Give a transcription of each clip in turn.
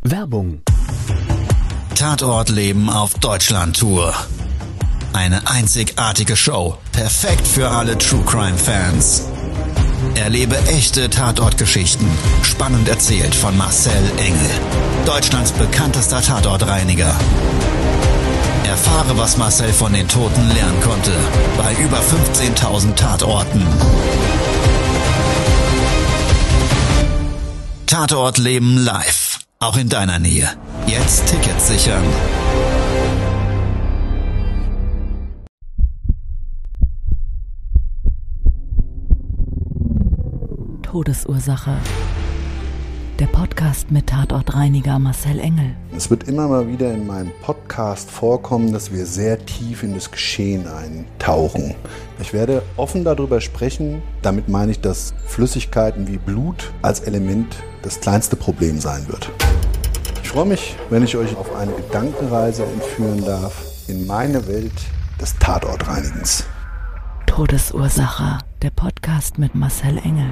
Werbung. Tatortleben auf Deutschland-Tour. Eine einzigartige Show, perfekt für alle True-Crime-Fans. Erlebe echte Tatortgeschichten, spannend erzählt von Marcel Engel, Deutschlands bekanntester Tatortreiniger. Erfahre, was Marcel von den Toten lernen konnte, bei über 15.000 Tatorten. Tatortleben live, auch in deiner Nähe. Jetzt Tickets sichern. Todesursache. Der Podcast mit Tatortreiniger Marcel Engel. Es wird immer mal wieder in meinem Podcast vorkommen, dass wir sehr tief in das Geschehen eintauchen. Ich werde offen darüber sprechen. Damit meine ich, dass Flüssigkeiten wie Blut als Element das kleinste Problem sein wird. Ich freue mich, wenn ich euch auf eine Gedankenreise entführen darf in meine Welt des Tatortreinigens. Todesursache. Der Podcast mit Marcel Engel.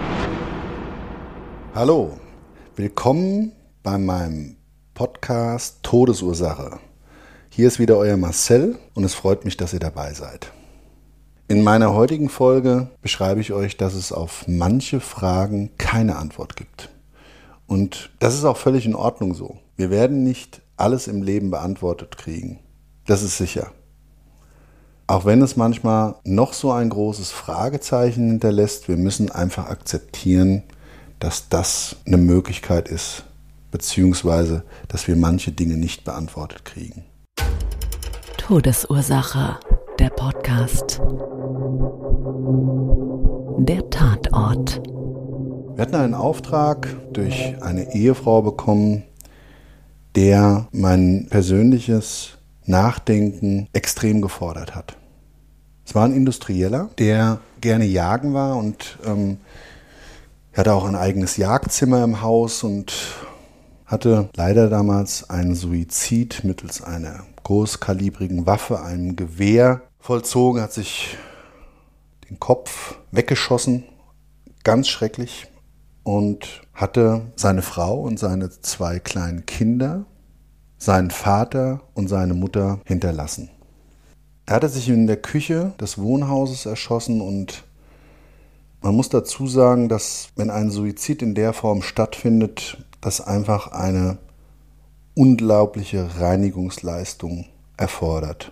Hallo, willkommen bei meinem Podcast Todesursache. Hier ist wieder euer Marcel und es freut mich, dass ihr dabei seid. In meiner heutigen Folge beschreibe ich euch, dass es auf manche Fragen keine Antwort gibt. Und das ist auch völlig in Ordnung so. Wir werden nicht alles im Leben beantwortet kriegen. Das ist sicher. Auch wenn es manchmal noch so ein großes Fragezeichen hinterlässt, wir müssen einfach akzeptieren, dass das eine Möglichkeit ist, beziehungsweise, dass wir manche Dinge nicht beantwortet kriegen. Todesursache, der Podcast. Der Tatort. Wir hatten einen Auftrag durch eine Ehefrau bekommen, der mein persönliches Nachdenken extrem gefordert hat. Es war ein Industrieller, der gerne jagen war und er hatte auch ein eigenes Jagdzimmer im Haus und hatte leider damals einen Suizid mittels einer großkalibrigen Waffe, einem Gewehr, vollzogen, hat sich den Kopf weggeschossen, ganz schrecklich, und hatte seine Frau und seine 2 kleinen Kinder, seinen Vater und seine Mutter hinterlassen. Er hatte sich in der Küche des Wohnhauses erschossen und man muss dazu sagen, dass wenn ein Suizid in der Form stattfindet, das einfach eine unglaubliche Reinigungsleistung erfordert.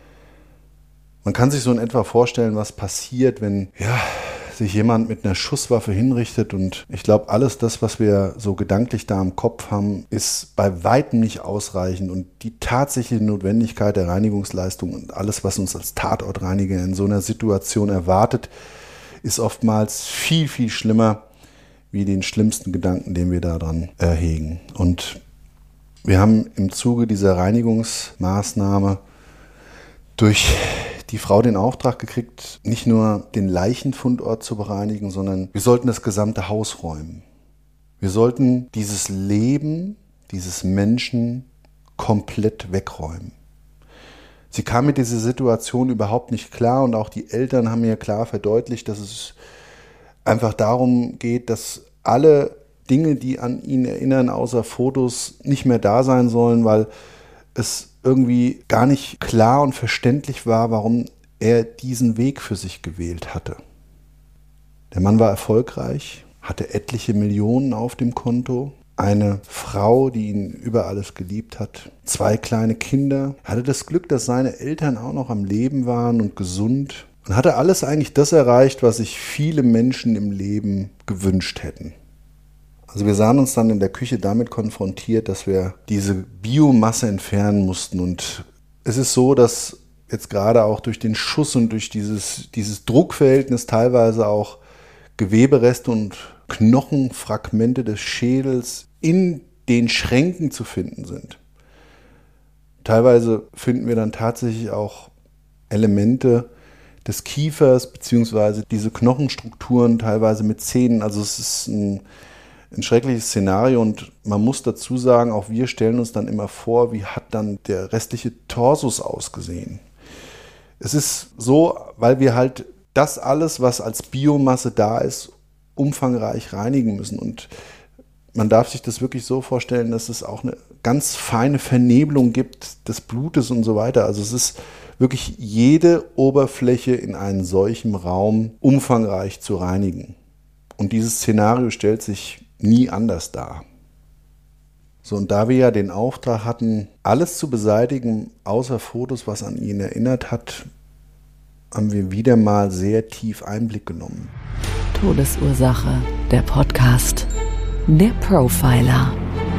Man kann sich so in etwa vorstellen, was passiert, wenn sich jemand mit einer Schusswaffe hinrichtet, und ich glaube, alles das, was wir so gedanklich da im Kopf haben, ist bei weitem nicht ausreichend, und die tatsächliche Notwendigkeit der Reinigungsleistung und alles, was uns als Tatortreiniger in so einer Situation erwartet, ist oftmals viel, viel schlimmer wie den schlimmsten Gedanken, den wir daran hegen. Und wir haben im Zuge dieser Reinigungsmaßnahme durch die Frau den Auftrag gekriegt, nicht nur den Leichenfundort zu bereinigen, sondern wir sollten das gesamte Haus räumen. Wir sollten dieses Leben, dieses Menschen komplett wegräumen. Sie kam mit dieser Situation überhaupt nicht klar, und auch die Eltern haben mir klar verdeutlicht, dass es einfach darum geht, dass alle Dinge, die an ihn erinnern, außer Fotos, nicht mehr da sein sollen, weil es irgendwie gar nicht klar und verständlich war, warum er diesen Weg für sich gewählt hatte. Der Mann war erfolgreich, hatte etliche Millionen auf dem Konto, eine Frau, die ihn über alles geliebt hat, 2 kleine Kinder, hatte das Glück, dass seine Eltern auch noch am Leben waren und gesund, und hatte alles eigentlich das erreicht, was sich viele Menschen im Leben gewünscht hätten. Also wir sahen uns dann in der Küche damit konfrontiert, dass wir diese Biomasse entfernen mussten. Und es ist so, dass jetzt gerade auch durch den Schuss und durch dieses Druckverhältnis teilweise auch Gewebereste und Knochenfragmente des Schädels in den Schränken zu finden sind. Teilweise finden wir dann tatsächlich auch Elemente des Kiefers, beziehungsweise diese Knochenstrukturen teilweise mit Zähnen. Also es ist ein schreckliches Szenario, und man muss dazu sagen, auch wir stellen uns dann immer vor, wie hat dann der restliche Torsus ausgesehen. Es ist so, weil wir halt das alles, was als Biomasse da ist, umfangreich reinigen müssen. Und man darf sich das wirklich so vorstellen, dass es auch eine ganz feine Vernebelung gibt des Blutes und so weiter. Also es ist wirklich jede Oberfläche in einem solchen Raum umfangreich zu reinigen. Und dieses Szenario stellt sich nie anders dar. So, und da wir ja den Auftrag hatten, alles zu beseitigen, außer Fotos, was an ihn erinnert hat, haben wir wieder mal sehr tief Einblick genommen. Todesursache, der Podcast. Der Profiler.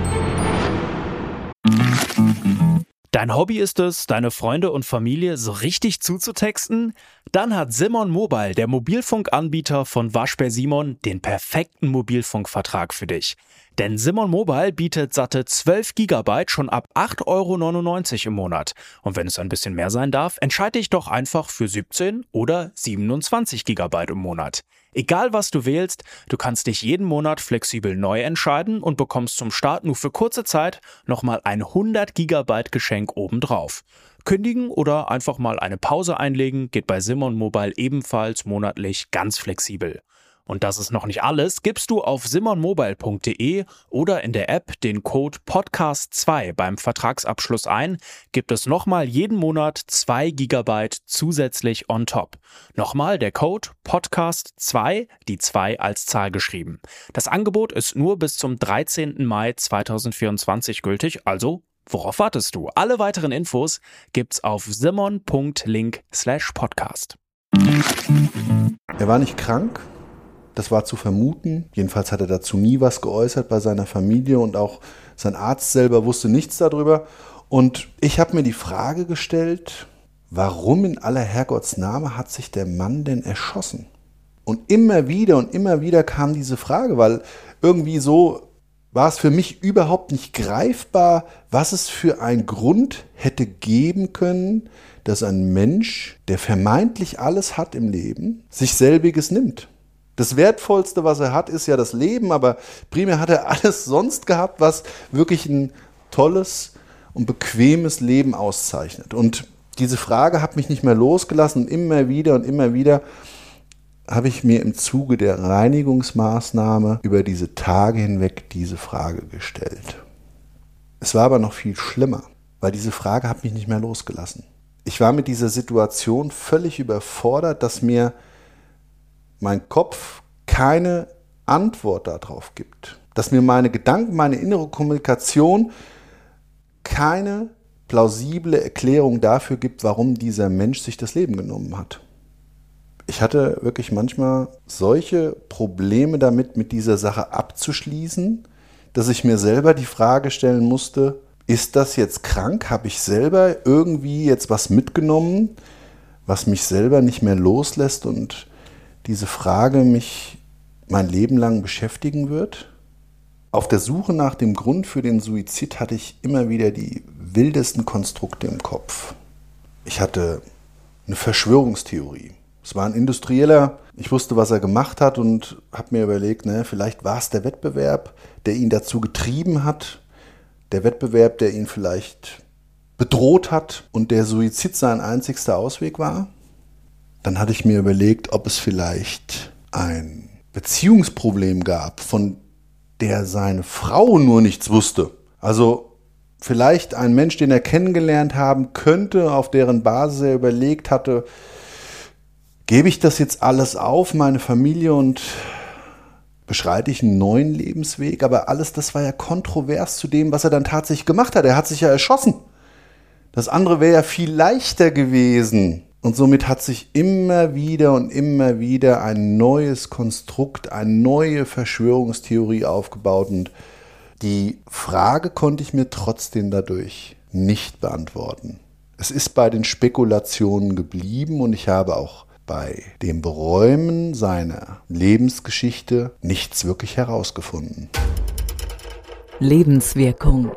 Dein Hobby ist es, deine Freunde und Familie so richtig zuzutexten? Dann hat Simon Mobile, der Mobilfunkanbieter von Waschbär Simon, den perfekten Mobilfunkvertrag für dich. Denn Simon Mobile bietet satte 12 GB schon ab 8,99 € im Monat. Und wenn es ein bisschen mehr sein darf, entscheide dich doch einfach für 17 oder 27 GB im Monat. Egal was du wählst, du kannst dich jeden Monat flexibel neu entscheiden und bekommst zum Start nur für kurze Zeit nochmal ein 100 GB Geschenk obendrauf. Kündigen oder einfach mal eine Pause einlegen geht bei Simon Mobile ebenfalls monatlich ganz flexibel. Und das ist noch nicht alles, gibst du auf simonmobile.de oder in der App den Code PODCAST2 beim Vertragsabschluss ein, gibt es nochmal jeden Monat 2 GB zusätzlich on top. Nochmal der Code PODCAST2, die 2 als Zahl geschrieben. Das Angebot ist nur bis zum 13. Mai 2024 gültig, also worauf wartest du? Alle weiteren Infos gibt's auf simon.link/podcast. Er war nicht krank. Das war zu vermuten. Jedenfalls hat er dazu nie was geäußert bei seiner Familie und auch sein Arzt selber wusste nichts darüber. Und ich habe mir die Frage gestellt, warum in aller Herrgottsname hat sich der Mann denn erschossen? Und immer wieder kam diese Frage, weil irgendwie so war es für mich überhaupt nicht greifbar, was es für einen Grund hätte geben können, dass ein Mensch, der vermeintlich alles hat im Leben, sich selbiges nimmt. Das Wertvollste, was er hat, ist ja das Leben, aber primär hat er alles sonst gehabt, was wirklich ein tolles und bequemes Leben auszeichnet. Und diese Frage hat mich nicht mehr losgelassen und immer wieder habe ich mir im Zuge der Reinigungsmaßnahme über diese Tage hinweg diese Frage gestellt. Es war aber noch viel schlimmer, weil diese Frage hat mich nicht mehr losgelassen. Ich war mit dieser Situation völlig überfordert, dass mir mein Kopf keine Antwort darauf gibt. Dass mir meine Gedanken, meine innere Kommunikation keine plausible Erklärung dafür gibt, warum dieser Mensch sich das Leben genommen hat. Ich hatte wirklich manchmal solche Probleme damit, mit dieser Sache abzuschließen, dass ich mir selber die Frage stellen musste, ist das jetzt krank? Habe ich selber irgendwie jetzt was mitgenommen, was mich selber nicht mehr loslässt und diese Frage mich mein Leben lang beschäftigen wird? Auf der Suche nach dem Grund für den Suizid hatte ich immer wieder die wildesten Konstrukte im Kopf. Ich hatte eine Verschwörungstheorie. Es war ein Industrieller, ich wusste, was er gemacht hat und habe mir überlegt, vielleicht war es der Wettbewerb, der ihn dazu getrieben hat, der Wettbewerb, der ihn vielleicht bedroht hat und der Suizid sein einzigster Ausweg war. Dann hatte ich mir überlegt, ob es vielleicht ein Beziehungsproblem gab, von der seine Frau nur nichts wusste. Also vielleicht ein Mensch, den er kennengelernt haben könnte, auf deren Basis er überlegt hatte, gebe ich das jetzt alles auf, meine Familie, und beschreite ich einen neuen Lebensweg? Aber alles das war ja kontrovers zu dem, was er dann tatsächlich gemacht hat. Er hat sich ja erschossen. Das andere wäre ja viel leichter gewesen. Und somit hat sich immer wieder ein neues Konstrukt, eine neue Verschwörungstheorie aufgebaut. Und die Frage konnte ich mir trotzdem dadurch nicht beantworten. Es ist bei den Spekulationen geblieben und ich habe auch bei dem Beräumen seiner Lebensgeschichte nichts wirklich herausgefunden. Lebenswirkung.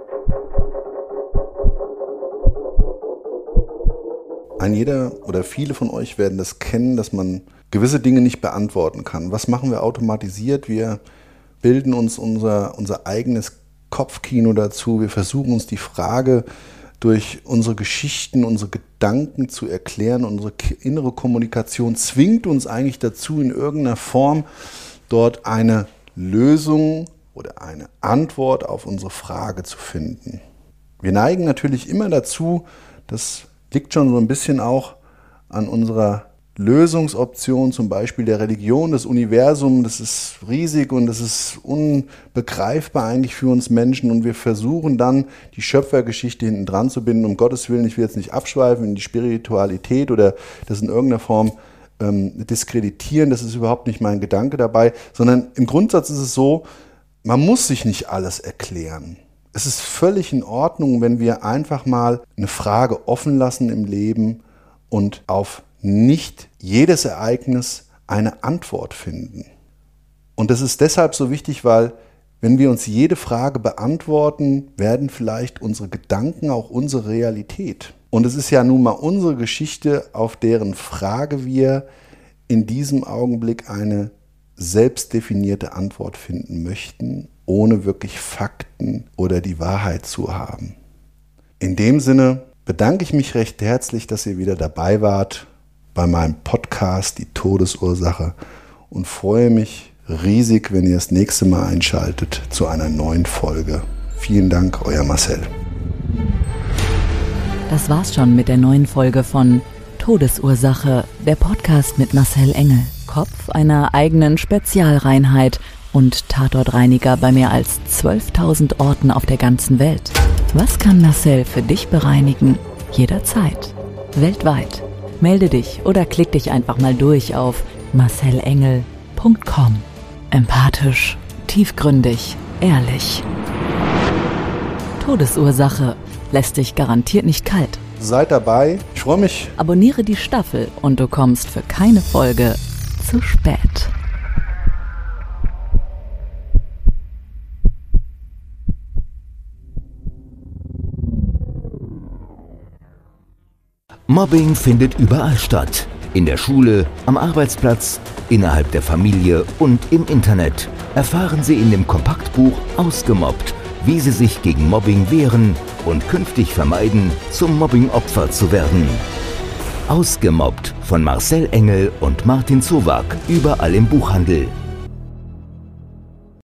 Ein jeder oder viele von euch werden das kennen, dass man gewisse Dinge nicht beantworten kann. Was machen wir automatisiert? Wir bilden uns unser eigenes Kopfkino dazu. Wir versuchen uns die Frage durch unsere Geschichten, unsere Gedanken zu erklären. Unsere innere Kommunikation zwingt uns eigentlich dazu, in irgendeiner Form dort eine Lösung oder eine Antwort auf unsere Frage zu finden. Wir neigen natürlich immer dazu, das liegt schon so ein bisschen auch an unserer Lösungsoption, zum Beispiel der Religion, das Universum, das ist riesig und das ist unbegreifbar eigentlich für uns Menschen und wir versuchen dann, die Schöpfergeschichte hinten dran zu binden. Um Gottes Willen, ich will jetzt nicht abschweifen in die Spiritualität oder das in irgendeiner Form diskreditieren, das ist überhaupt nicht mein Gedanke dabei, sondern im Grundsatz ist es so, man muss sich nicht alles erklären. Es ist völlig in Ordnung, wenn wir einfach mal eine Frage offen lassen im Leben und auf nicht jedes Ereignis eine Antwort finden. Und das ist deshalb so wichtig, weil wenn wir uns jede Frage beantworten, werden vielleicht unsere Gedanken auch unsere Realität. Und es ist ja nun mal unsere Geschichte, auf deren Frage wir in diesem Augenblick eine selbstdefinierte Antwort finden möchten, ohne wirklich Fakten oder die Wahrheit zu haben. In dem Sinne bedanke ich mich recht herzlich, dass ihr wieder dabei wart bei meinem Podcast Die Todesursache und freue mich riesig, wenn ihr das nächste Mal einschaltet zu einer neuen Folge. Vielen Dank, euer Marcel. Das war's schon mit der neuen Folge von Todesursache, der Podcast mit Marcel Engel, Kopf einer eigenen Spezialreinheit und Tatortreiniger bei mehr als 12.000 Orten auf der ganzen Welt. Was kann Marcel für dich bereinigen? Jederzeit. Weltweit. Melde dich oder klick dich einfach mal durch auf marcelengel.com. Empathisch, tiefgründig, ehrlich. Todesursache lässt dich garantiert nicht kalt. Seid dabei, ich freue mich. Abonniere die Staffel und du kommst für keine Folge zu spät. Mobbing findet überall statt. In der Schule, am Arbeitsplatz, innerhalb der Familie und im Internet. Erfahren Sie in dem Kompaktbuch Ausgemobbt, wie Sie sich gegen Mobbing wehren und künftig vermeiden, zum Mobbing-Opfer zu werden. Ausgemobbt von Marcel Engel und Martin Zowak, überall im Buchhandel.